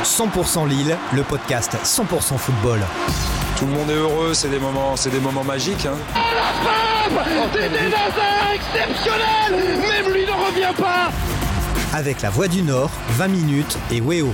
100% Lille, le podcast 100% football. Tout le monde est heureux, c'est des moments magiques. La frappe d'Eden Hazard exceptionnel. Même lui ne revient pas. Avec la Voix du Nord, 20 minutes et Weo.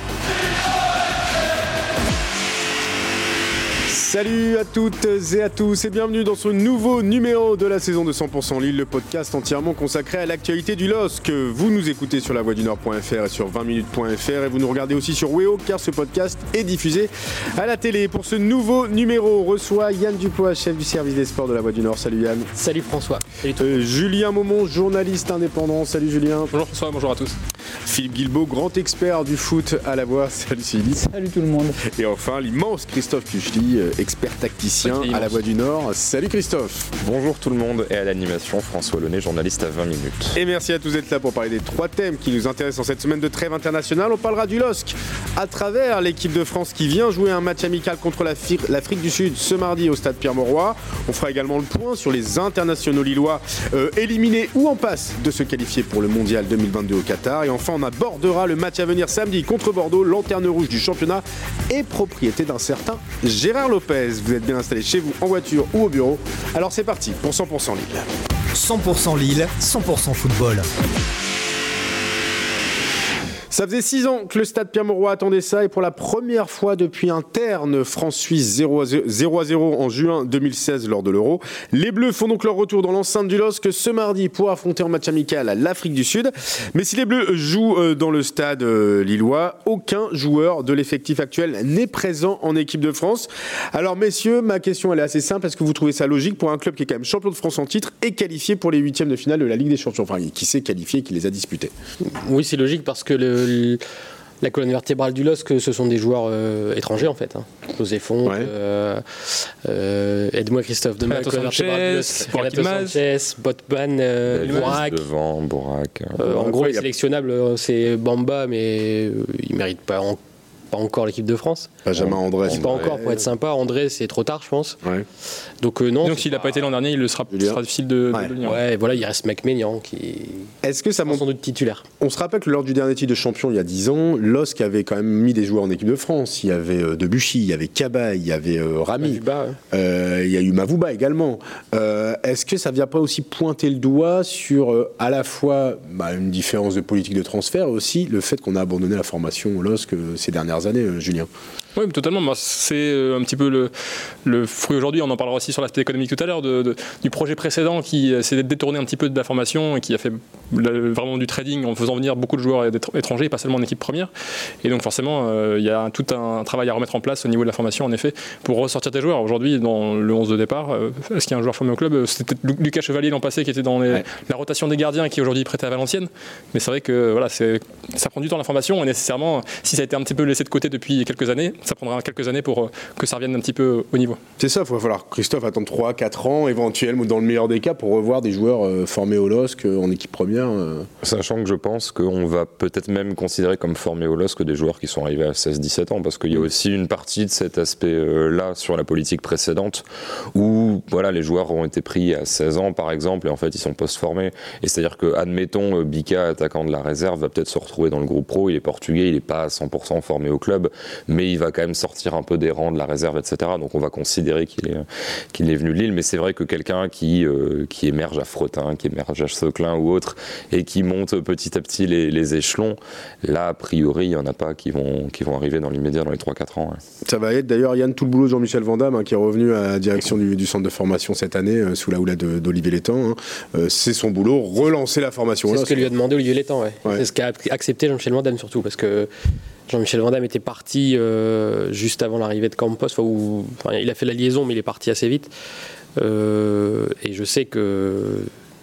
Salut à toutes et à tous et bienvenue dans ce nouveau numéro de la saison de 100% Lille, le podcast entièrement consacré à l'actualité du LOSC. Vous nous écoutez sur lavoidunord.fr et sur 20minutes.fr et vous nous regardez aussi sur Weo car ce podcast est diffusé à la télé. Pour ce nouveau numéro, on reçoit Yann Dupois, chef du service des sports de la Voix du Nord. Salut Yann. Salut François. Salut Julien Momon, journaliste indépendant. Salut Julien. Bonjour François, bonjour à tous. Philippe Guilbeault, grand expert du foot à la Voix. Salut Philippe. Salut tout le monde. Et enfin l'immense Christophe Kuchli, expert tacticien à la Voix du Nord. Salut Christophe. Bonjour tout le monde et à l'animation François Launay, journaliste à 20 minutes. Et merci à tous d'être là pour parler des trois thèmes qui nous intéressent en cette semaine de trêve internationale. On parlera du LOSC à travers l'équipe de France qui vient jouer un match amical contre l'Afrique du Sud ce mardi au stade Pierre-Mauroy. On fera également le point sur les internationaux lillois éliminés ou en passe de se qualifier pour le mondial 2022 au Qatar. Et enfin on abordera le match à venir samedi contre Bordeaux, lanterne rouge du championnat et propriété d'un certain Gérard Lopez. Vous êtes bien installé chez vous, en voiture ou au bureau. Alors c'est parti pour 100% Lille. 100% Lille, 100% football. Ça faisait 6 ans que le stade Pierre-Mauroy attendait ça et pour la première fois depuis un terne France-Suisse 0-0 en juin 2016 lors de l'Euro, les Bleus font donc leur retour dans l'enceinte du LOSC ce mardi pour affronter en match amical l'Afrique du Sud. Mais si les Bleus jouent dans le stade lillois, aucun joueur de l'effectif actuel n'est présent en équipe de France. Alors messieurs, ma question elle est assez simple. Est-ce que vous trouvez ça logique pour un club qui est quand même champion de France en titre et qualifié pour les huitièmes de finale de la Ligue des Champions, enfin qui s'est qualifié et qui les a disputés? Oui, c'est logique parce que la colonne vertébrale du LOSC, ce sont des joueurs étrangers en fait. José Font, aide-moi Christophe, demain la colonne vertébrale du LOSC, Renato Sanchez, Botman, Bourak. Devant, Bourak. En gros, les sélectionnables, c'est Bamba, mais il ne mérite pas encore l'équipe de France. Benjamin André. Pas encore, pour être sympa. André, c'est trop tard, je pense. Ouais. Donc non. Donc s'il n'a pas été l'an dernier, il sera difficile de venir. Ouais, voilà, il reste McMahon qui est-ce que ça sans doute titulaire. On se rappelle que lors du dernier titre de champion il y a 10 ans, LOSC avait quand même mis des joueurs en équipe de France. Il y avait Debuchy, il y avait Cabaye, il y avait Rami, il y a eu Mavouba également. Est-ce que ça ne vient pas aussi pointer le doigt sur à la fois une différence de politique de transfert et aussi le fait qu'on a abandonné la formation au LOSC ces dernières années, Julien? Oui, totalement. C'est un petit peu le fruit aujourd'hui, on en parlera aussi sur l'aspect économique tout à l'heure, du projet précédent qui s'est détourné un petit peu de la formation et qui a fait vraiment du trading en faisant venir beaucoup de joueurs étrangers, pas seulement en équipe première. Et donc forcément, il y a tout un travail à remettre en place au niveau de la formation, en effet, pour ressortir des joueurs. Aujourd'hui, dans le 11 de départ, est-ce qu'il y a un joueur formé au club? C'était Lucas Chevalier l'an passé qui était dans la rotation des gardiens et qui est aujourd'hui prêté à Valenciennes. Mais c'est vrai que voilà, ça prend du temps la formation et nécessairement, si ça a été un petit peu laissé de côté depuis quelques années, ça prendra quelques années pour que ça revienne un petit peu au niveau. C'est ça, il va falloir, Christophe, attendre 3-4 ans éventuellement, dans le meilleur des cas, pour revoir des joueurs formés au LOSC en équipe première. Sachant que je pense qu'on va peut-être même considérer comme formés au LOSC des joueurs qui sont arrivés à 16-17 ans, parce qu'il y a aussi une partie de cet aspect-là sur la politique précédente, où voilà, les joueurs ont été pris à 16 ans par exemple, et en fait ils sont post-formés. Et c'est-à-dire que, admettons, Bika, attaquant de la réserve, va peut-être se retrouver dans le groupe pro, il est portugais, il n'est pas à 100% formé au club, mais il va quand même sortir un peu des rangs de la réserve, etc. Donc on va considérer qu'il est venu de Lille, mais c'est vrai que quelqu'un qui émerge à Fretin, qui émerge à Seclin ou autre, et qui monte petit à petit les échelons, là a priori il n'y en a pas qui vont arriver dans l'immédiat dans les 3-4 ans. Ouais. Ça va être d'ailleurs Yann tout le boulot de Jean-Michel Vandam qui est revenu à la direction du centre de formation cette année sous la houlette d'Olivier Létang. C'est son boulot, relancer la formation. C'est ce que lui a demandé Olivier Létang. Ouais. C'est ce qu'a accepté Jean-Michel Vandam surtout, parce que Jean-Michel Vandam était parti juste avant l'arrivée de Campos, il a fait la liaison mais il est parti assez vite. Et je sais que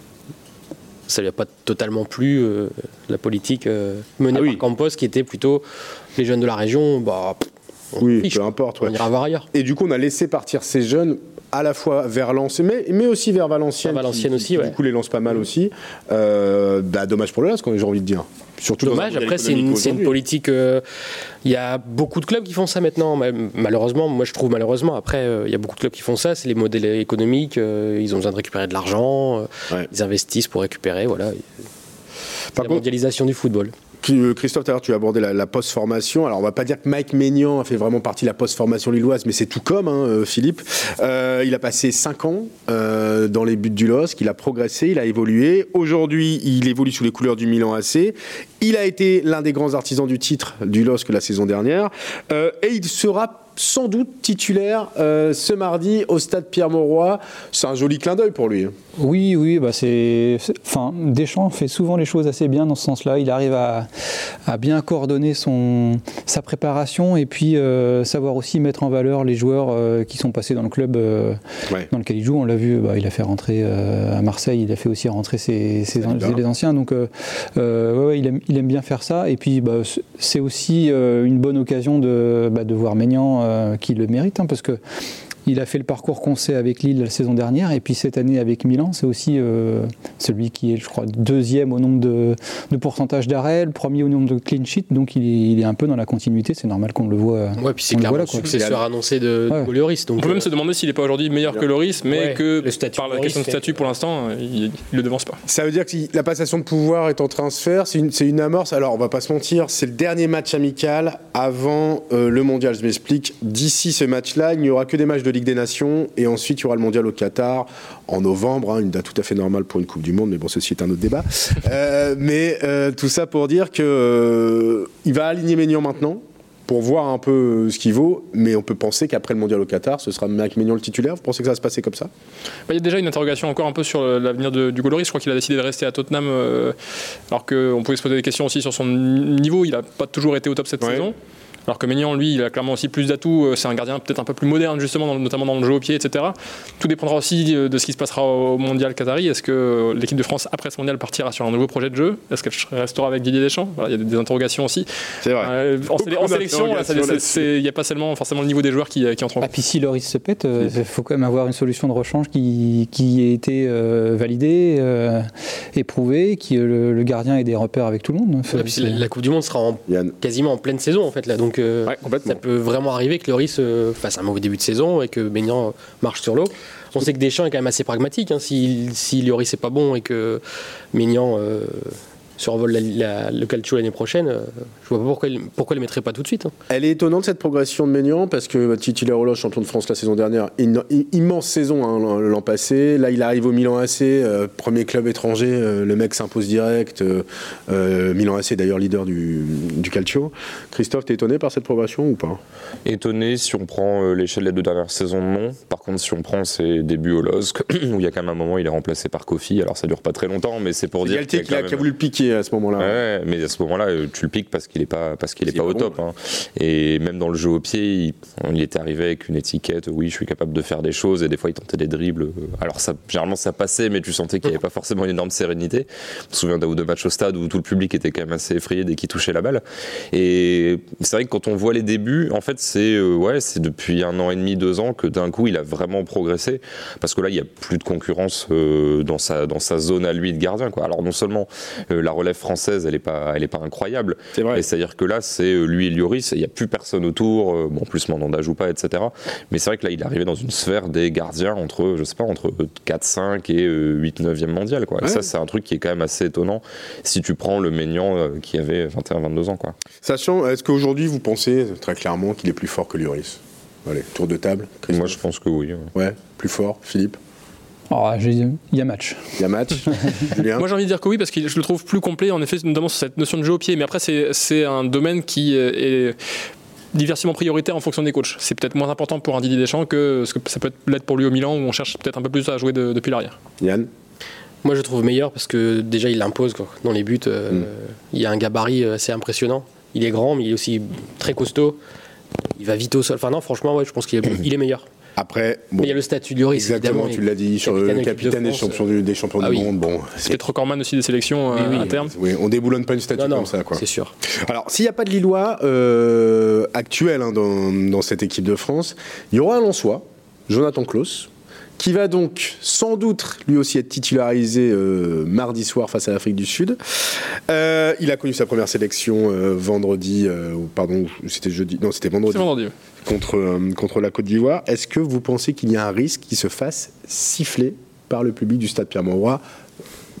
ça lui a pas totalement plu la politique menée par Campos, qui était plutôt les jeunes de la région, peu importe. On ira voir ailleurs. Et du coup on a laissé partir ces jeunes à la fois vers Lens, mais aussi vers Valenciennes. Valenciennes aussi, Du coup les lance pas mal aussi. Dommage pour le LOSC, j'ai envie de dire. Surtout dommage, après c'est une politique, il y a beaucoup de clubs qui font ça maintenant, malheureusement, moi je trouve après il y a beaucoup de clubs qui font ça, c'est les modèles économiques, ils ont besoin de récupérer de l'argent, ils investissent pour récupérer, voilà. C'est la mondialisation du football. Christophe, tout à l'heure, tu as abordé la post-formation. Alors, on va pas dire que Mike Maignan a fait vraiment partie de la post-formation lilloise, mais c'est tout comme, Philippe. Il a passé 5 ans dans les buts du LOSC, il a progressé, il a évolué. Aujourd'hui, il évolue sous les couleurs du Milan AC. Il a été l'un des grands artisans du titre du LOSC la saison dernière. Et il sera sans doute titulaire ce mardi au stade Pierre-Mauroy. C'est un joli clin d'œil pour lui. Oui, bah Deschamps fait souvent les choses assez bien dans ce sens-là. Il arrive à bien coordonner sa préparation et puis savoir aussi mettre en valeur les joueurs qui sont passés dans le club dans lequel il joue. On l'a vu, il a fait rentrer à Marseille, il a fait aussi rentrer les anciens. Donc il aime bien faire ça. Et puis c'est aussi une bonne occasion de voir Maignan qui le mérite, parce que il a fait le parcours qu'on sait avec Lille la saison dernière, et puis cette année avec Milan, c'est aussi celui qui est, je crois, 2e au nombre de pourcentage d'arrêts, le 1er au nombre de clean sheet, donc il est un peu dans la continuité, c'est normal qu'on le voit. Ouais, puis c'est clairement le successeur annoncé de Lloris. On peut même se demander s'il n'est pas aujourd'hui meilleur que Lloris, mais que par la question de statut pour l'instant, il ne le devance pas. Ça veut dire que la passation de pouvoir est en train de se faire, c'est une amorce. Alors on va pas se mentir, c'est le dernier match amical avant le mondial, je m'explique. D'ici ce match-là, il n'y aura que des matchs de Ligue des Nations, et ensuite il y aura le mondial au Qatar en novembre, une date tout à fait normale pour une Coupe du Monde, mais bon, ceci est un autre débat. Tout ça pour dire que il va aligner Maignan maintenant pour voir un peu ce qu'il vaut, mais on peut penser qu'après le mondial au Qatar, ce sera Mike Maignan le titulaire. Vous pensez que ça va se passer comme ça ? Il y a déjà une interrogation encore un peu sur l'avenir du Lloris. Je crois qu'il a décidé de rester à Tottenham, alors qu'on pouvait se poser des questions aussi sur son niveau. Il n'a pas toujours été au top cette saison. Alors que Maignan, lui, il a clairement aussi plus d'atouts. C'est un gardien peut-être un peu plus moderne, justement, notamment dans le jeu au pied, etc. Tout dépendra aussi de ce qui se passera au mondial qatari. Est-ce que l'équipe de France, après ce mondial, partira sur un nouveau projet de jeu ? Est-ce qu'elle restera avec Didier Deschamps ? Voilà, il y a des interrogations aussi. C'est vrai. En sélection, il n'y a pas seulement forcément le niveau des joueurs qui entrent en compte. Puis si Lloris se pète, il faut quand même avoir une solution de rechange qui ait été validée, éprouvée, que le gardien ait des repères avec tout le monde. La Coupe du Monde sera quasiment en pleine saison, en fait, là. Donc, ça peut vraiment arriver que Lloris fasse un mauvais début de saison et que Maignan marche sur l'eau. On sait que Deschamps est quand même assez pragmatique. Si Lloris n'est pas bon et que Maignan survole le calcio l'année prochaine, je vois pas pourquoi il ne mettrait pas tout de suite. Elle est étonnante cette progression de Maignan, parce que titulaire au LOSC, champion de France la saison dernière, immense saison l'an passé. Là il arrive au Milan AC, premier club étranger, le mec s'impose direct. Milan AC d'ailleurs leader du calcio. Christophe, t'es étonné par cette progression ou pas ? Étonné si on prend l'échelle des 2 dernières saisons, non. Par contre, si on prend ses débuts au LOSC, où il y a quand même un moment il est remplacé par Kofi, alors ça dure pas très longtemps, mais c'est pour dire Galtier qui a voulu le piquer à ce moment-là. Ouais, mais à ce moment-là, tu le piques parce qu'il est pas au top. Hein. Et même dans le jeu au pied, il était arrivé avec une étiquette. Oui, je suis capable de faire des choses, et des fois il tentait des dribbles. Alors généralement ça passait, mais tu sentais qu'il n'y avait pas forcément une énorme sérénité. Je me souviens d'un ou deux matchs au stade où tout le public était quand même assez effrayé dès qu'il touchait la balle. Et c'est vrai que quand on voit les débuts, en fait c'est depuis 1 an et demi, 2 ans que d'un coup il a vraiment progressé, parce que là il n'y a plus de concurrence dans sa zone à lui de gardien, quoi. Alors non seulement la relève française elle est pas incroyable, c'est vrai. Et c'est-à-dire que là c'est lui et Lloris, il n'y a plus personne autour, en plus Mandanda joue pas, etc. Mais c'est vrai que là il est arrivé dans une sphère des gardiens entre 4, 5 et 8, 9e mondial, quoi. Ouais. Et ça c'est un truc qui est quand même assez étonnant si tu prends le Maignan qui avait 21, 22 ans, quoi. Sachant, est-ce qu'aujourd'hui vous pensez très clairement qu'il est plus fort que Lloris ? Allez, tour de table. Christophe. Moi je pense que oui. Ouais, plus fort. Philippe ? Il y a match. Il y a match. Julien ? Moi j'ai envie de dire que oui, parce que je le trouve plus complet, en effet, notamment sur cette notion de jeu au pied. Mais après c'est un domaine qui est diversement prioritaire en fonction des coachs. C'est peut-être moins important pour un Didier Deschamps que ce que ça peut l'être pour lui au Milan, où on cherche peut-être un peu plus à jouer depuis l'arrière. Yann ? Moi je le trouve meilleur parce que déjà il l'impose, quoi. Dans les buts. Il y a un gabarit assez impressionnant. Il est grand, mais il est aussi très costaud. Il va vite au sol. Enfin non, franchement, ouais, je pense qu'il est meilleur. Après, bon, mais il y a le statut de Lloris. Exactement, tu l'as dit, sur le capitaine des champions du monde. Bon, c'est peut-être recordman aussi des sélections à terme. Oui, on déboulonne pas une statue comme ça, quoi. C'est sûr. Alors, s'il n'y a pas de Lillois actuel dans cette équipe de France, il y aura un Lensois, Jonathan Clauss, qui va donc sans doute lui aussi être titularisé mardi soir face à l'Afrique du Sud. Il a connu sa première sélection vendredi, c'était jeudi, non c'était vendredi. C'est vendredi. Contre la Côte d'Ivoire. Est-ce que vous pensez qu'il y a un risque qu'il se fasse siffler par le public du stade Pierre-Mauroy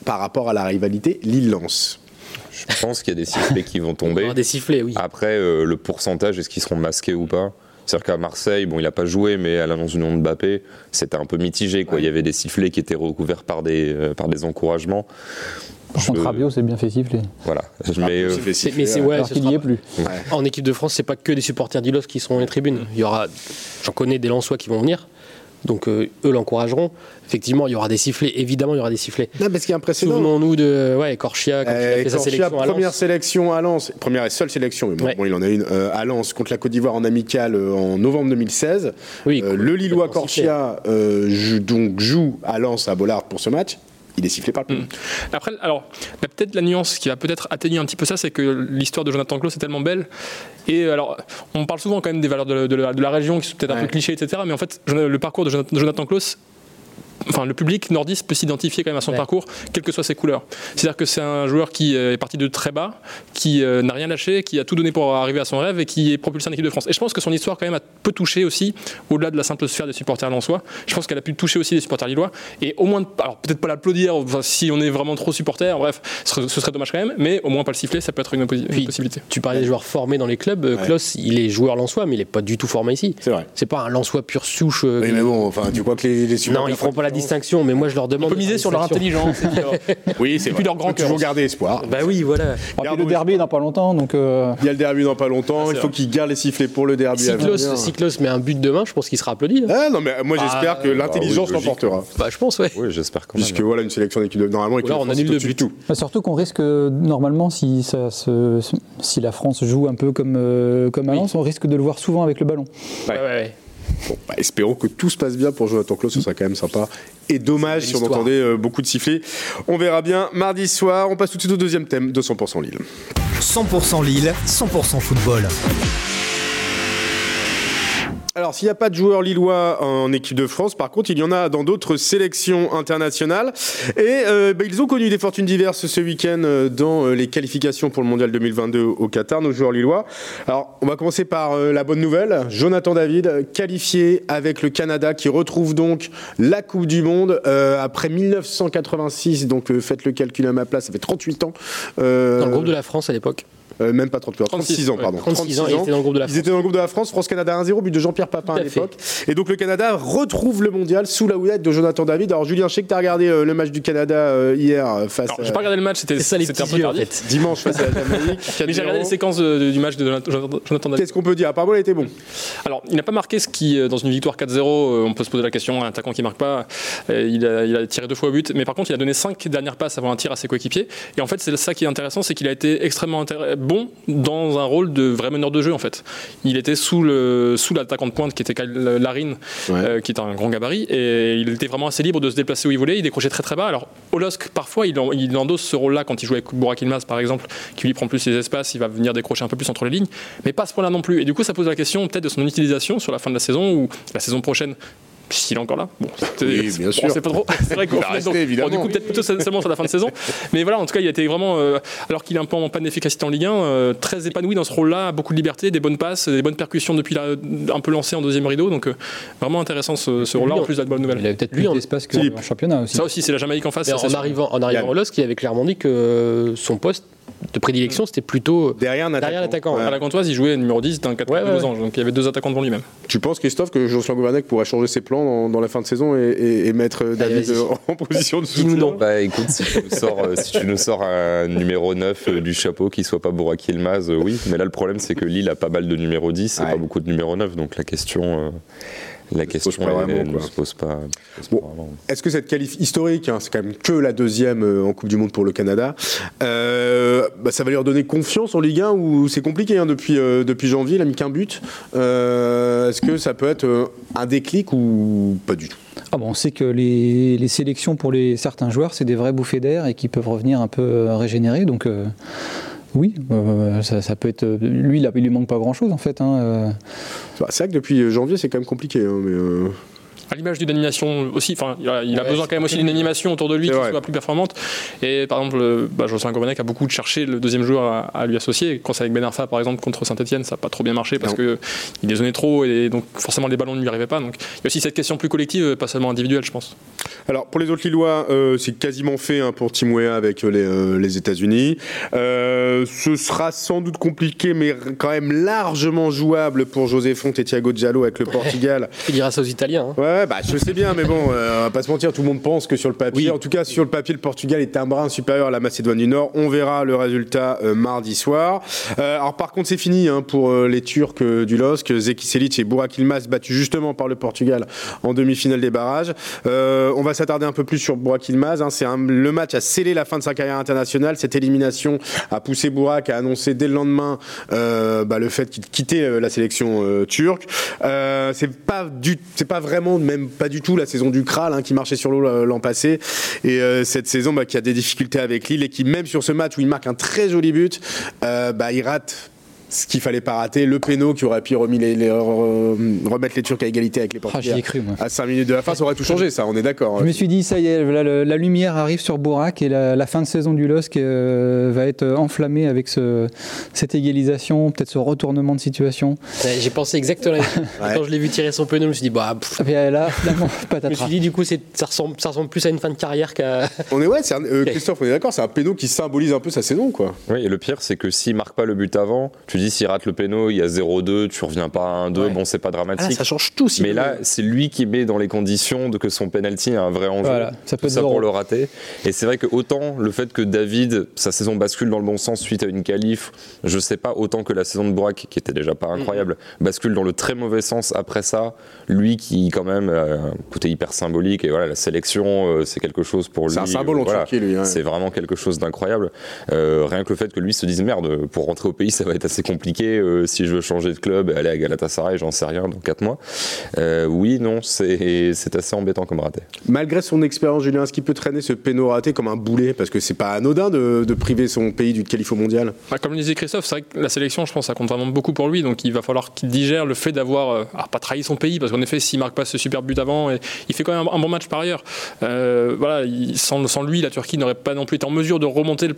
par rapport à la rivalité Lille-Lens? Je pense qu'il y a des sifflets qui vont tomber. Des sifflets, oui. Après, le pourcentage, est-ce qu'ils seront masqués ou pas? C'est-à-dire qu'à Marseille, bon, il n'a pas joué, mais à l'annonce du nom de Mbappé, c'était un peu mitigé, quoi. Ouais. Il y avait des sifflets qui étaient recouverts par des encouragements. Contre Rabiot, c'est bien fait siffler. Voilà. Mais c'est alors qu'il n'y est plus. Ouais. En équipe de France, c'est pas que des supporters du LOSC qui seront dans les tribunes. Il y aura, j'en connais des Lensois qui vont venir. Donc eux l'encourageront. Effectivement, il y aura des sifflets. Évidemment, il y aura des sifflets. Non, parce qu'il y a un précédent. Souvenons-nous de Corchia quand il a fait sa sélection à Lens. Première sélection à Lens, première et seule sélection, mais bon, il en a une à Lens contre la Côte d'Ivoire en amical en novembre 2016. Oui, le Lillois Corchia joue à Lens à Bollaert pour ce match. Il est sifflé par le public. Après, alors, peut-être la nuance qui va peut-être atténuer un petit peu ça, c'est que l'histoire de Jonathan Klaus est tellement belle. Et alors, on parle souvent quand même des valeurs de la région qui sont peut-être un peu clichés, etc. Mais en fait, le parcours de Jonathan Klaus, enfin, le public nordiste peut s'identifier quand même à son parcours, quelles que soient ses couleurs. C'est-à-dire que c'est un joueur qui est parti de très bas, qui n'a rien lâché, qui a tout donné pour arriver à son rêve et qui est propulsé en équipe de France. Et je pense que son histoire quand même peut toucher aussi, au-delà de la simple sphère des supporters lensois, je pense qu'elle a pu toucher aussi les supporters lillois. Et au moins, alors peut-être pas l'applaudir, enfin, si on est vraiment trop supporter, bref, ce serait dommage quand même, mais au moins pas le siffler, ça peut être une possibilité. Tu parlais des joueurs formés dans les clubs, Klaus, il est joueur lensois, mais il n'est pas du tout formé ici. C'est vrai. C'est pas un lensois pur souche. Oui, mais bon, enfin, tu crois que les supporters. Non, ils feront pas la distinction, mais moi je leur demande. On peut miser sur leur intelligence. Oui, c'est vrai. Leur grand cœur. Toujours garder espoir. Bah oui, voilà. Il y a le derby dans pas longtemps, donc. Il y a le derby dans pas longtemps. Il faut qu'ils gardent les sifflets pour le derby. Si Klaus met un but demain, je pense qu'il sera applaudi. Ah non, mais moi j'espère que l'intelligence l'emportera. Bah je pense, ouais. Oui, j'espère quand même. Puisque voilà, une sélection d'équipe de normalement. Là, on annule le but. Tout. Bah, surtout qu'on risque normalement, si la France joue un peu comme à Lens, on risque de le voir souvent avec le ballon. Ouais. Bon, espérons que tout se passe bien pour Jonathan Klaus, ce serait quand même sympa. Et dommage si on entendait beaucoup de sifflets. On verra bien mardi soir. On passe tout de suite au deuxième thème de 100% Lille. 100% Lille, 100% football. Alors, s'il n'y a pas de joueurs lillois en équipe de France, par contre, il y en a dans d'autres sélections internationales. Et ils ont connu des fortunes diverses ce week-end dans les qualifications pour le Mondial 2022 au Qatar, nos joueurs lillois. Alors, on va commencer par la bonne nouvelle. Jonathan David, qualifié avec le Canada, qui retrouve donc la Coupe du Monde après 1986. Donc, faites le calcul à ma place, ça fait 38 ans. Dans le groupe de la France à l'époque. Même pas 36 ans, pardon. 36 ans, ils étaient dans le groupe de la France. Ils étaient dans le groupe de la France, France-Canada 1-0, but de Jean-Pierre Papin à l'époque. Et donc le Canada retrouve le mondial sous la houlette de Jonathan David. Alors Julien, je sais que tu as regardé le match du Canada hier face j'ai pas regardé le match, c'était un peu tardif. Dimanche face à la Jamaïque. Mais j'ai regardé les séquences du match de Jonathan David. Qu'est-ce qu'on peut dire? Apparemment, il a été bon. Alors, il n'a pas marqué ce qui, dans une victoire 4-0, on peut se poser la question, un attaquant qui marque pas, il a tiré 2 fois au but, mais par contre, il a donné 5 dernières passes avant un tir à ses coéquipiers. Et en fait, c'est ça qui est intéressant, c'est qu'il a été extrêmement bon dans un rôle de vrai meneur de jeu en fait. Il était sous l'attaquant de pointe qui était Kyle Larin, qui est un grand gabarit, et il était vraiment assez libre de se déplacer où il voulait. Il décrochait très très bas. Alors au LOSC parfois il endosse ce rôle-là quand il joue avec Burak Yilmaz par exemple, qui lui prend plus les espaces, il va venir décrocher un peu plus entre les lignes, mais pas à ce point-là non plus. Et du coup ça pose la question peut-être de son utilisation sur la fin de la saison ou la saison prochaine. S'il est encore là, bon, oui, bien sûr. C'est pas trop. C'est vrai qu'on du coup peut-être plutôt seulement sur la fin de saison. Mais voilà, en tout cas, il a été vraiment, alors qu'il est un peu en panne d'efficacité en Ligue 1, très épanoui dans ce rôle-là, beaucoup de liberté, des bonnes passes, des bonnes percussions depuis un peu lancé en deuxième rideau. Donc vraiment intéressant ce rôle-là. En plus de la bonne nouvelle. Il avait peut-être plus d'espace que en championnat aussi. Ça aussi, c'est la Jamaïque en face. En arrivant au LOSC, il avait clairement dit que son poste de prédilection, c'était plutôt derrière l'attaquant. À la Gantoise, il jouait numéro 10, c'était un 4 ans, donc il y avait 2 attaquants devant lui-même. Tu penses, Christophe, que Jocelyn Gourvenec pourrait changer ses plans dans la fin de saison et mettre David en position de soutien? Bah écoute, si tu nous sors un numéro 9 du chapeau qui soit pas Burak Yilmaz, oui, mais là le problème c'est que Lille a pas mal de numéro 10 et pas beaucoup de numéro 9, donc la question ne se pose pas. Est-ce que cette qualif historique, c'est quand même que la deuxième en Coupe du Monde pour le Canada, ça va lui redonner confiance en Ligue 1 où c'est compliqué depuis janvier, il a mis qu'un but. Est-ce que ça peut être un déclic ou pas du tout? On sait que les sélections pour certains joueurs, c'est des vraies bouffées d'air et qui peuvent revenir un peu régénérés, donc... Oui, ça peut être. Lui, il lui manque pas grand-chose en fait. C'est vrai que depuis janvier, c'est quand même compliqué. l'image d'une animation aussi. Enfin, il a besoin quand même aussi d'une animation autour de lui qui soit plus performante. Et par exemple, Jocelyn Gourvenec a beaucoup cherché le deuxième joueur à lui associer. Quand c'est avec Ben Arfa, par exemple, contre Saint-Etienne, ça n'a pas trop bien marché parce qu'il dézonnait trop et donc forcément les ballons ne lui arrivaient pas. Donc il y a aussi cette question plus collective, pas seulement individuelle, je pense. Alors pour les autres Lillois, c'est quasiment fait pour Team Weah avec les États-Unis. Ce sera sans doute compliqué, mais quand même largement jouable pour José Font et Thiago Diallo avec le Portugal. Il dira ça aux Italiens. Hein. Ouais, je sais bien, mais bon, on va pas se mentir, tout le monde pense que sur le papier, en tout cas sur le papier, le Portugal est un brin supérieur à la Macédoine du Nord. On verra le résultat mardi soir. Alors par contre, c'est fini pour les Turcs du LOSC. Zeki Selic et Burak Yılmaz battus justement par le Portugal en demi-finale des barrages. On va s'attarder un peu plus sur Burak Yılmaz. Le match a scellé la fin de sa carrière internationale. Cette élimination a poussé Burak à annoncer dès le lendemain le fait qu'il quittait la sélection turque. C'est pas vraiment, même pas du tout la saison du Kral qui marchait sur l'eau l'an passé. Et cette saison qui a des difficultés avec Lille et qui, même sur ce match où il marque un très joli but, il rate ce qu'il fallait pas rater, le péno qui aurait pu remettre les Turcs à égalité avec les Portugais. J'y ai cru, moi. À 5 minutes de la fin, ça aurait tout changé, ça, on est d'accord. Je me suis dit, ça y est, la lumière arrive sur Burak et la fin de saison du LOSC va être enflammée avec cette égalisation, peut-être ce retournement de situation. J'ai pensé exactement. Quand je l'ai vu tirer son péno, je me suis dit, Et là, finalement, patatras. Je me suis dit, du coup, ça ressemble plus à une fin de carrière qu'à. Christophe, on est d'accord, c'est un péno qui symbolise un peu sa saison, quoi. Oui, et le pire, c'est que s'il marque pas le but avant, tu dis s'il rate le péno, il y a 0-2, tu reviens pas à 1-2, bon, c'est pas dramatique. Ça change tout. Mais là, c'est lui qui met dans les conditions que son penalty a un vrai enjeu. Voilà, ça peut être pour le rater. Et c'est vrai que autant le fait que David, sa saison bascule dans le bon sens suite à une qualif, je sais pas, autant que la saison de Burak, qui était déjà pas incroyable, bascule dans le très mauvais sens après ça. Lui qui, quand même, côté hyper symbolique, et voilà, la sélection, c'est quelque chose pour lui. C'est un symbole en Turquie, lui. C'est vraiment quelque chose d'incroyable. Rien que le fait que lui se dise merde, pour rentrer au pays, ça va être assez compliqué si je veux changer de club et aller à Galatasaray, j'en sais rien, dans 4 mois. Oui, non, c'est assez embêtant comme raté. Malgré son expérience, Julien, est-ce qu'il peut traîner ce péno raté comme un boulet? Parce que c'est pas anodin de priver son pays du qualif au mondial. Comme le disait Christophe, c'est vrai que la sélection, je pense, ça compte vraiment beaucoup pour lui, donc il va falloir qu'il digère le fait d'avoir pas trahi son pays, parce qu'en effet, s'il marque pas ce super but avant, il fait quand même un bon match par ailleurs. Sans lui, la Turquie n'aurait pas non plus été en mesure de remonter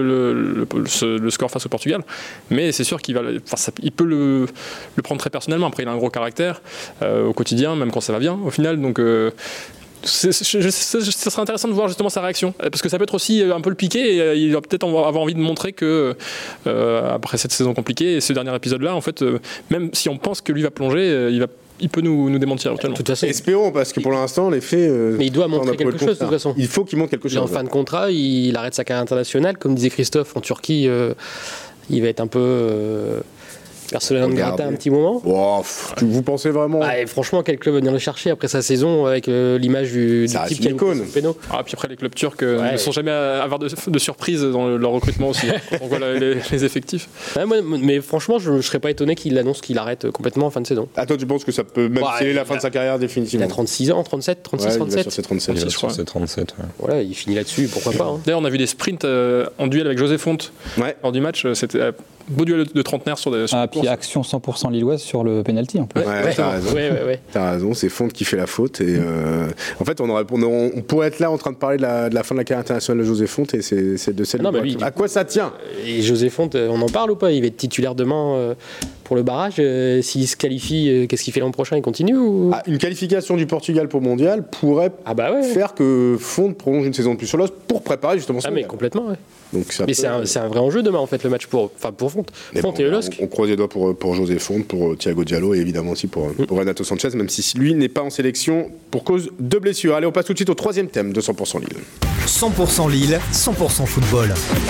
le score face au Portugal, mais c'est sûr il peut le prendre très personnellement. Après, il a un gros caractère au quotidien, même quand ça va bien au final, donc ça serait intéressant de voir justement sa réaction, parce que ça peut être aussi un peu le piquer, et il va peut-être avoir envie de montrer que après cette saison compliquée et ce dernier épisode là, en fait, même si on pense que lui va plonger, il peut nous démentir actuellement. De toute façon, espérons, parce que pour l'instant, les faits. Mais il doit montrer quelque chose, de toute façon. Il faut qu'il montre quelque chose. En fin de contrat, il arrête sa carrière internationale. Comme disait Christophe, en Turquie, il va être un peu personnel de gratin un petit moment. Vous pensez vraiment? Franchement, quel club va venir le chercher après sa saison avec l'image du type qui a icône. Péno. Puis après, les clubs turcs ne sont jamais à avoir de surprises dans leur recrutement aussi. On voit les effectifs. Mais franchement, je ne serais pas étonné qu'il annonce qu'il arrête complètement en fin de saison. Toi, tu penses que ça peut même sceller la fin de sa carrière définitivement? Il a 36 ans, 37, 36, 37. C'est 37, je crois. C'est 37. Voilà, il finit là-dessus, pourquoi pas. D'ailleurs, on a vu des sprints en duel avec José Font lors du match. C'était beau duel de trentenaires sur des. Puis action 100% lilloise sur le penalty en plus. T'as raison. T'as raison, c'est Font qui fait la faute. Et en fait, on pourrait être là en train de parler de la fin de la carrière internationale de José Font, et c'est de celle. À quoi ça tient? Et José Font, on en parle ou pas? Il va être titulaire demain pour le barrage. S'il se qualifie, qu'est-ce qu'il fait l'an prochain? Il continue ou... Une qualification du Portugal pour le mondial pourrait faire que Font prolonge une saison de plus sur l'os pour préparer justement ça. Mais complètement, ouais. Donc c'est un vrai enjeu demain en fait, le match pour Font. Font et le LOSC. On croise les doigts pour José Font, pour Thiago Diallo et évidemment aussi pour Renato Sanchez, même si lui n'est pas en sélection pour cause de blessure. Allez, on passe tout de suite au troisième thème de 100% Lille. 100% Lille, 100% football.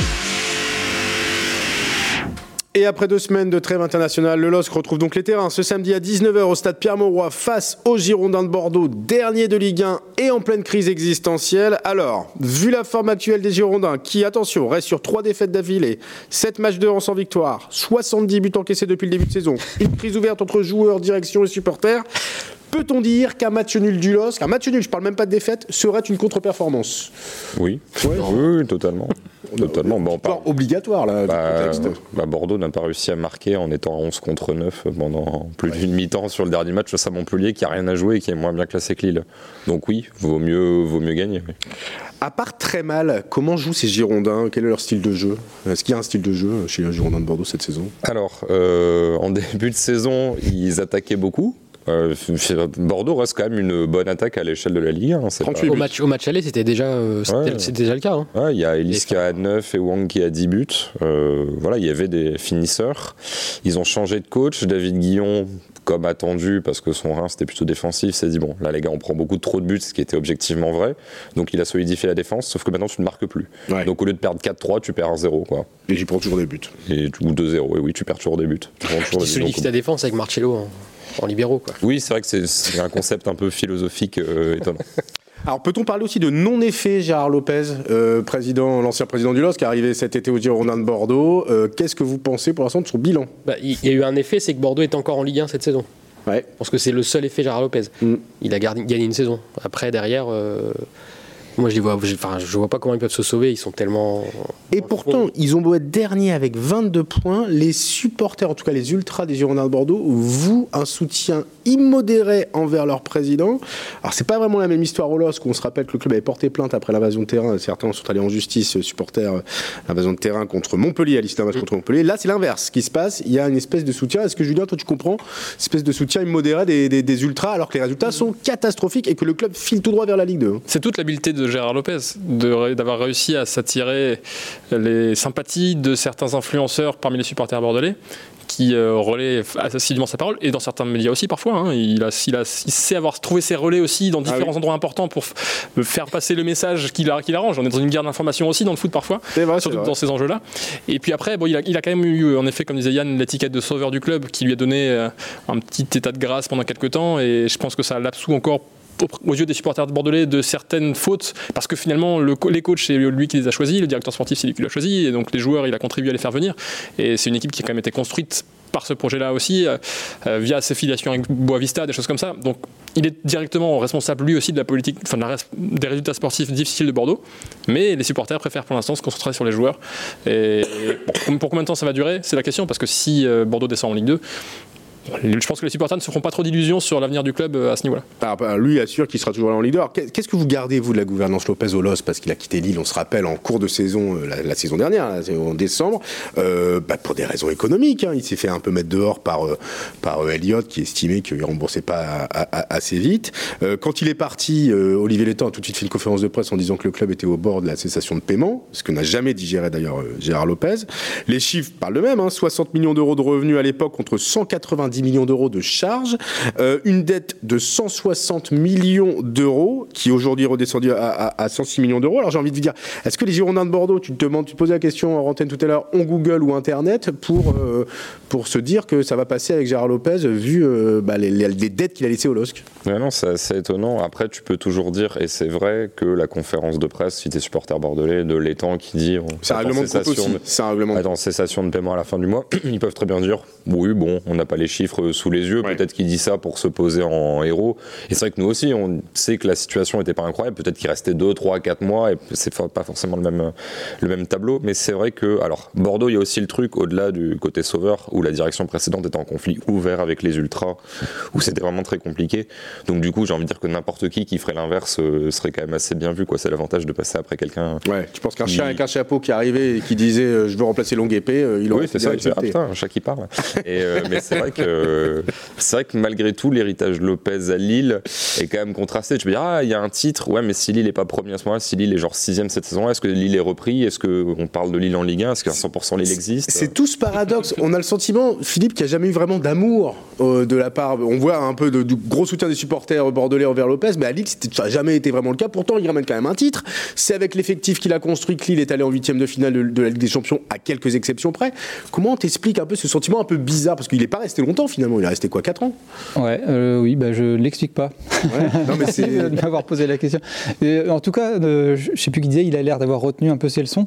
Et après 2 semaines de trêve internationale, le LOSC retrouve donc les terrains ce samedi à 19h au stade Pierre-Mauroy face aux Girondins de Bordeaux, dernier de Ligue 1 et en pleine crise existentielle. Alors, vu la forme actuelle des Girondins, qui, attention, reste sur 3 défaites d'affilée, 7 matchs de rang sans victoire, 70 buts encaissés depuis le début de saison, une crise ouverte entre joueurs, direction et supporters, peut-on dire qu'un match nul du LOSC, un match nul, je parle même pas de défaite, serait une contre-performance? Oui, oui, totalement. Totalement. Bon, obligatoire là. Bordeaux n'a pas réussi à marquer en étant à 11 contre 9 pendant plus d'une mi-temps sur le dernier match face à Montpellier qui a rien à jouer et qui est moins bien classé que Lille. Donc oui, vaut mieux gagner. Oui. À part très mal, comment jouent ces Girondins ? Quel est leur style de jeu ? Est-ce qu'il y a un style de jeu chez les Girondins de Bordeaux cette saison ? Alors, en début de saison, ils attaquaient beaucoup. Bordeaux reste quand même une bonne attaque à l'échelle de la Ligue 1. Au match aller, c'était déjà le cas. Hein. Ouais, il y a Elis qui a 9 et Wang qui a 10 buts. Il y avait des finisseurs. Ils ont changé de coach. David Guillon, comme attendu, parce que son rein c'était plutôt défensif, s'est dit bon, là les gars, on prend beaucoup trop de buts, ce qui était objectivement vrai. Donc il a solidifié la défense, sauf que maintenant tu ne marques plus. Ouais. Donc au lieu de perdre 4-3, tu perds 1-0. Quoi. Et tu prends toujours des buts. Ou 2-0, et oui, tu perds toujours des buts. Tu solidifies ta défense avec Marcello en libéraux. Quoi. Oui, c'est vrai que c'est un concept un peu philosophique étonnant. Alors peut-on parler aussi de non-effet Gérard Lopez, l'ancien président du LOSC qui est arrivé cet été aux Girondins de Bordeaux. Qu'est-ce que vous pensez pour l'instant de son bilan ? Il y a eu un effet, c'est que Bordeaux est encore en Ligue 1 cette saison. Ouais. Parce que c'est le seul effet Gérard Lopez. Il a gagné une saison. Après, derrière... Moi, je vois pas comment ils peuvent se sauver. Ils sont tellement... Et pourtant, ils ont beau être derniers avec 22 points. Les supporters, en tout cas les ultras des Girondins de Bordeaux, vouent un soutien immodéré envers leur président. Alors, c'est pas vraiment la même histoire au LOSC, où on se rappelle que le club avait porté plainte après l'invasion de terrain. Certains sont allés en justice, supporters, l'invasion de terrain contre Montpellier, à l'issue d'un match contre Montpellier. Là, c'est l'inverse. Ce qui se passe, il y a une espèce de soutien. Est-ce que, Julien, toi, tu comprends une espèce de soutien immodéré des ultras, alors que les résultats sont catastrophiques et que le club file tout droit vers la Ligue 2 ? C'est toute l'habileté de Gérard Lopez d'avoir réussi à s'attirer les sympathies de certains influenceurs parmi les supporters bordelais qui relaient assidûment sa parole, et dans certains médias aussi parfois. Hein. Il sait avoir trouvé ses relais aussi dans différents endroits importants pour faire passer le message qu'il arrange. On est dans une guerre d'information aussi dans le foot parfois, surtout dans ces enjeux-là. Et puis après, il a quand même eu, en effet, comme disait Yann, l'étiquette de sauveur du club qui lui a donné un petit état de grâce pendant quelques temps, et je pense que ça l'absout encore aux yeux des supporters de bordelais de certaines fautes, parce que finalement les coachs c'est lui qui les a choisis, le directeur sportif c'est lui qui l'a choisi, et donc les joueurs il a contribué à les faire venir, et c'est une équipe qui a quand même été construite par ce projet-là aussi, via ses filiations avec Boavista, des choses comme ça. Donc il est directement responsable lui aussi de la politique, des résultats sportifs difficiles de Bordeaux, mais les supporters préfèrent pour l'instant se concentrer sur les joueurs. Et pour combien de temps ça va durer, c'est la question, parce que si Bordeaux descend en Ligue 2, je pense que les supporters ne se feront pas trop d'illusions sur l'avenir du club à ce niveau-là. Lui assure qu'il sera toujours là en leader. Qu'est-ce que vous gardez, vous, de la gouvernance Lopez au LOSC, parce qu'il a quitté Lille, on se rappelle, en cours de saison, la saison dernière, en décembre, pour des raisons économiques. Il s'est fait un peu mettre dehors par Elliott, qui estimait qu'il ne remboursait pas assez vite. Quand il est parti, Olivier Létang a tout de suite fait une conférence de presse en disant que le club était au bord de la cessation de paiement, ce que n'a jamais digéré d'ailleurs Gérard Lopez. Les chiffres parlent d'eux-mêmes, 60 millions d'euros de revenus à l'époque contre 190 millions d'euros de charges, une dette de 160 millions d'euros qui aujourd'hui est redescendue à 106 millions d'euros. Alors j'ai envie de vous dire, est-ce que les Girondins de Bordeaux, tu te posais la question en antenne tout à l'heure, ont Google ou Internet pour se dire que ça va passer avec Gérard Lopez vu les dettes qu'il a laissées au LOSC? Non, c'est assez étonnant. Après, tu peux toujours dire, et c'est vrai que la conférence de presse, si t'es supporter bordelais, de Létang qui dit c'est un règlement de compte aussi. C'est un règlement en cessation de paiement à la fin du mois, ils peuvent très bien dire oui, bon, on n'a pas les chiffres sous les yeux, peut-être qu'il dit ça pour se poser en héros. Et c'est vrai que nous aussi, on sait que la situation n'était pas incroyable, peut-être qu'il restait 2, 3, 4 mois, et c'est pas forcément le même tableau, mais c'est vrai que, alors, Bordeaux, il y a aussi le truc, au-delà du côté sauveur, où la direction précédente était en conflit ouvert avec les ultras, où c'était vraiment très compliqué. Donc du coup, j'ai envie de dire que n'importe qui ferait l'inverse serait quand même assez bien vu, quoi. C'est l'avantage de passer après quelqu'un. Ouais, tu penses qu'un chat avec un chapeau qui arrivait et qui disait je veux remplacer Longue Épée, il aurait c'est ça, putain, un chat qui parle. Mais c'est vrai que malgré tout, l'héritage Lopez à Lille est quand même contrasté. Tu peux dire, il y a un titre, ouais, mais si Lille n'est pas premier à ce moment-là, si Lille est genre 6ème cette saison-là, est-ce que Lille est repris? Est-ce qu'on parle de Lille en Ligue 1? Est-ce qu'à 100% Lille existe? C'est tout ce paradoxe. On a le sentiment, Philippe, qu'il n'y a jamais eu vraiment d'amour de la part. On voit un peu du gros soutien des supporters bordelais envers Lopez, mais à Lille, ça n'a jamais été vraiment le cas. Pourtant, il ramène quand même un titre. C'est avec l'effectif qu'il a construit que Lille est allé en 8e de finale de la Ligue des Champions, à quelques exceptions près. Comment on t'explique un peu ce sentiment un peu bizarre? Parce qu'il n'est pas resté longtemps longtemps finalement. Il est resté quoi, 4 ans? Ouais, oui, je ne l'explique pas. Ouais. Non, mais c'est de m'avoir posé la question. Et, en tout cas, je ne sais plus qui disait, il a l'air d'avoir retenu un peu ses leçons.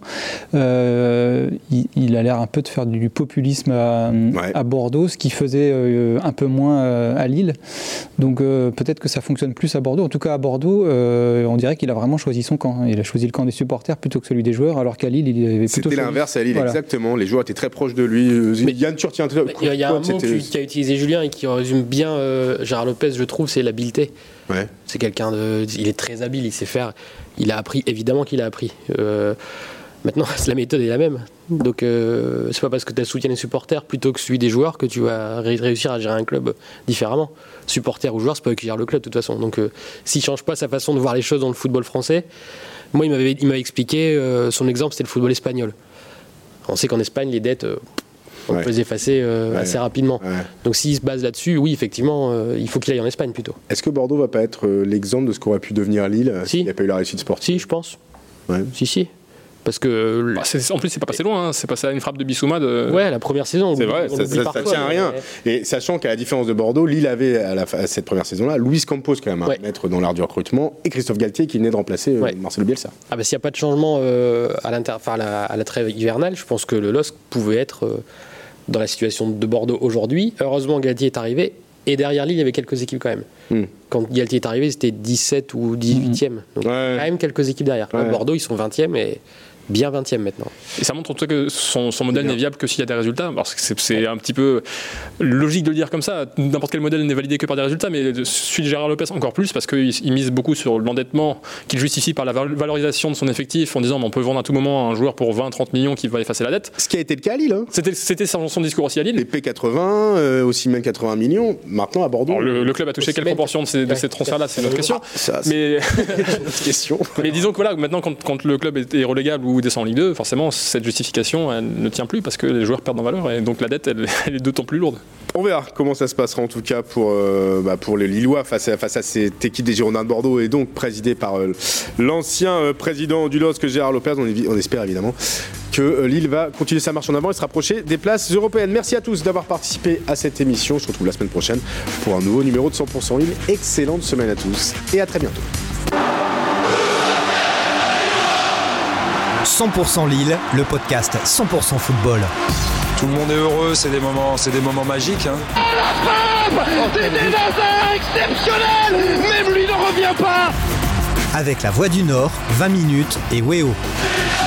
Il a l'air un peu de faire du populisme à Bordeaux, ce qui faisait un peu moins à Lille. Donc peut-être que ça fonctionne plus à Bordeaux. En tout cas, à Bordeaux, on dirait qu'il a vraiment choisi son camp. Il a choisi le camp des supporters plutôt que celui des joueurs, alors qu'à Lille, il avait plutôt... C'était l'inverse à Lille, voilà. Exactement. Les joueurs étaient très proches de lui. Yann Turtien, il y a un mot qu'a utilisé Julien et qui résume bien Gérard Lopez, je trouve, c'est l'habileté. Ouais. C'est quelqu'un il est très habile, il sait faire. Il a appris, évidemment qu'il a appris. Maintenant, la méthode est la même. Donc, c'est pas parce que tu as le soutien des supporters plutôt que celui des joueurs que tu vas réussir à gérer un club différemment. Supporters ou joueurs, c'est pas eux qui gèrent le club de toute façon. Donc, s'il change pas sa façon de voir les choses dans le football français, moi, il m'avait expliqué son exemple, c'était le football espagnol. On sait qu'en Espagne, les dettes, on peut les effacer assez rapidement. Ouais. Donc, s'il se base là-dessus, oui, effectivement, il faut qu'il aille en Espagne plutôt. Est-ce que Bordeaux va pas être l'exemple de ce qu'aurait pu devenir Lille s'il n'y a pas eu la réussite sportive? Si, je pense. Ouais. Si. Parce que en plus, c'est pas passé loin, hein. C'est passé à une frappe de Bissouma. Ouais, la première saison. C'est vrai, ça tient à rien. Et sachant qu'à la différence de Bordeaux, Lille avait à cette première saison-là Luis Campos, quand même, un maître dans l'art du recrutement, et Christophe Galtier qui venait de remplacer Marcelo Bielsa. Ah, s'il n'y a pas de changement à la trêve hivernale, je pense que le LOSC pouvait être dans la situation de Bordeaux aujourd'hui. Heureusement, Galtier est arrivé. Et derrière Lille, il y avait quelques équipes quand même. Quand Galtier est arrivé, c'était 17 ou 18e. Donc, quand même quelques équipes derrière. Là, Bordeaux, ils sont 20e et bien 20e maintenant. Et ça montre en tout cas que son modèle n'est viable que s'il y a des résultats. Parce que c'est un petit peu logique de le dire comme ça. N'importe quel modèle n'est validé que par des résultats, mais celui de Gérard Lopez encore plus, parce qu'il mise beaucoup sur l'endettement qu'il justifie par la valorisation de son effectif en disant on peut vendre à tout moment un joueur pour 20-30 millions qui va effacer la dette. Ce qui a été le cas à Lille. Hein. C'était son discours aussi à Lille. Les P80, aussi même 80 millions. Maintenant à Bordeaux. Alors, le club a touché quelle proportion de ces transferts-là, c'est une autre question. Mais disons que voilà, maintenant quand le club est relégable ou descend en Ligue 2, forcément cette justification elle ne tient plus parce que les joueurs perdent en valeur et donc la dette elle est d'autant plus lourde. On verra comment ça se passera en tout cas pour les Lillois face à cette équipe des Girondins de Bordeaux et donc présidée par l'ancien président du LOSC Gérard Lopez. On espère évidemment que Lille va continuer sa marche en avant et se rapprocher des places européennes. Merci à tous d'avoir participé à cette émission. On se retrouve la semaine prochaine pour un nouveau numéro de 100% Lille. Excellente semaine à tous et à très bientôt. 100% Lille, le podcast 100% football. Tout le monde est heureux, c'est des moments magiques. Hein. La frappe d'Eden Hazard exceptionnel. Même lui ne revient pas. Avec la Voix du Nord, 20 minutes et Weo.